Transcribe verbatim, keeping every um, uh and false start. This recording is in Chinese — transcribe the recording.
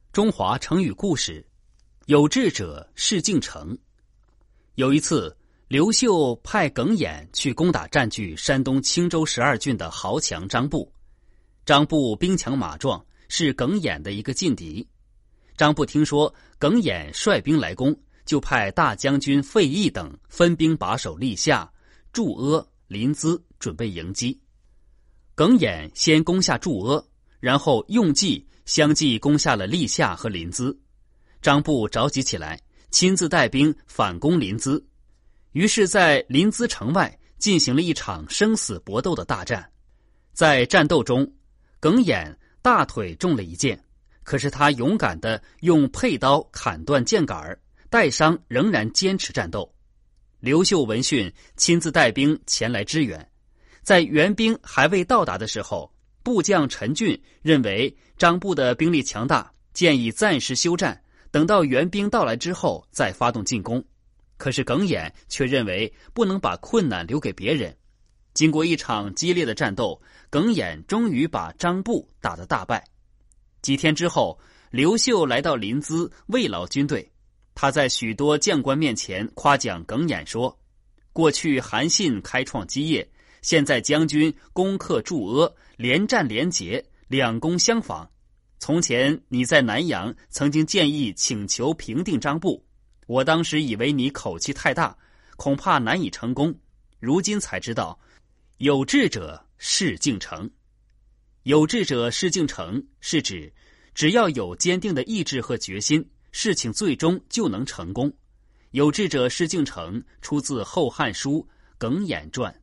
中华成语故事，有志者事竟成。有一次，刘秀派耿弇去攻打占据山东青州十二郡的豪强张布。张布兵强马壮，是耿弇的一个劲敌。张布听说耿弇率兵来攻，就派大将军费祎等分兵把守历下、祝阿、临淄，准备迎击。耿弇先攻下祝阿，然后用计相继攻下了历下和临淄。张布着急起来，亲自带兵反攻临淄。于是在临淄城外进行了一场生死搏斗的大战。在战斗中，耿弇大腿中了一箭，可是他勇敢地用佩刀砍断箭杆，带伤仍然坚持战斗。刘秀闻讯，亲自带兵前来支援。在援兵还未到达的时候，部将陈俊认为张布的兵力强大，建议暂时休战，等到援兵到来之后再发动进攻。可是耿弇却认为不能把困难留给别人。经过一场激烈的战斗，耿弇终于把张布打得大败。几天之后，刘秀来到临淄慰劳军队。他在许多将官面前夸奖耿弇说，过去韩信开创基业，现在将军攻克祝阿，连战连捷，两攻相仿。从前你在南阳曾经建议请求平定张布，我当时以为你口气太大，恐怕难以成功。如今才知道，有志者事竟成。有志者事竟成是指只要有坚定的意志和决心，事情最终就能成功。有志者事竟成出自《后汉书·耿弇传》。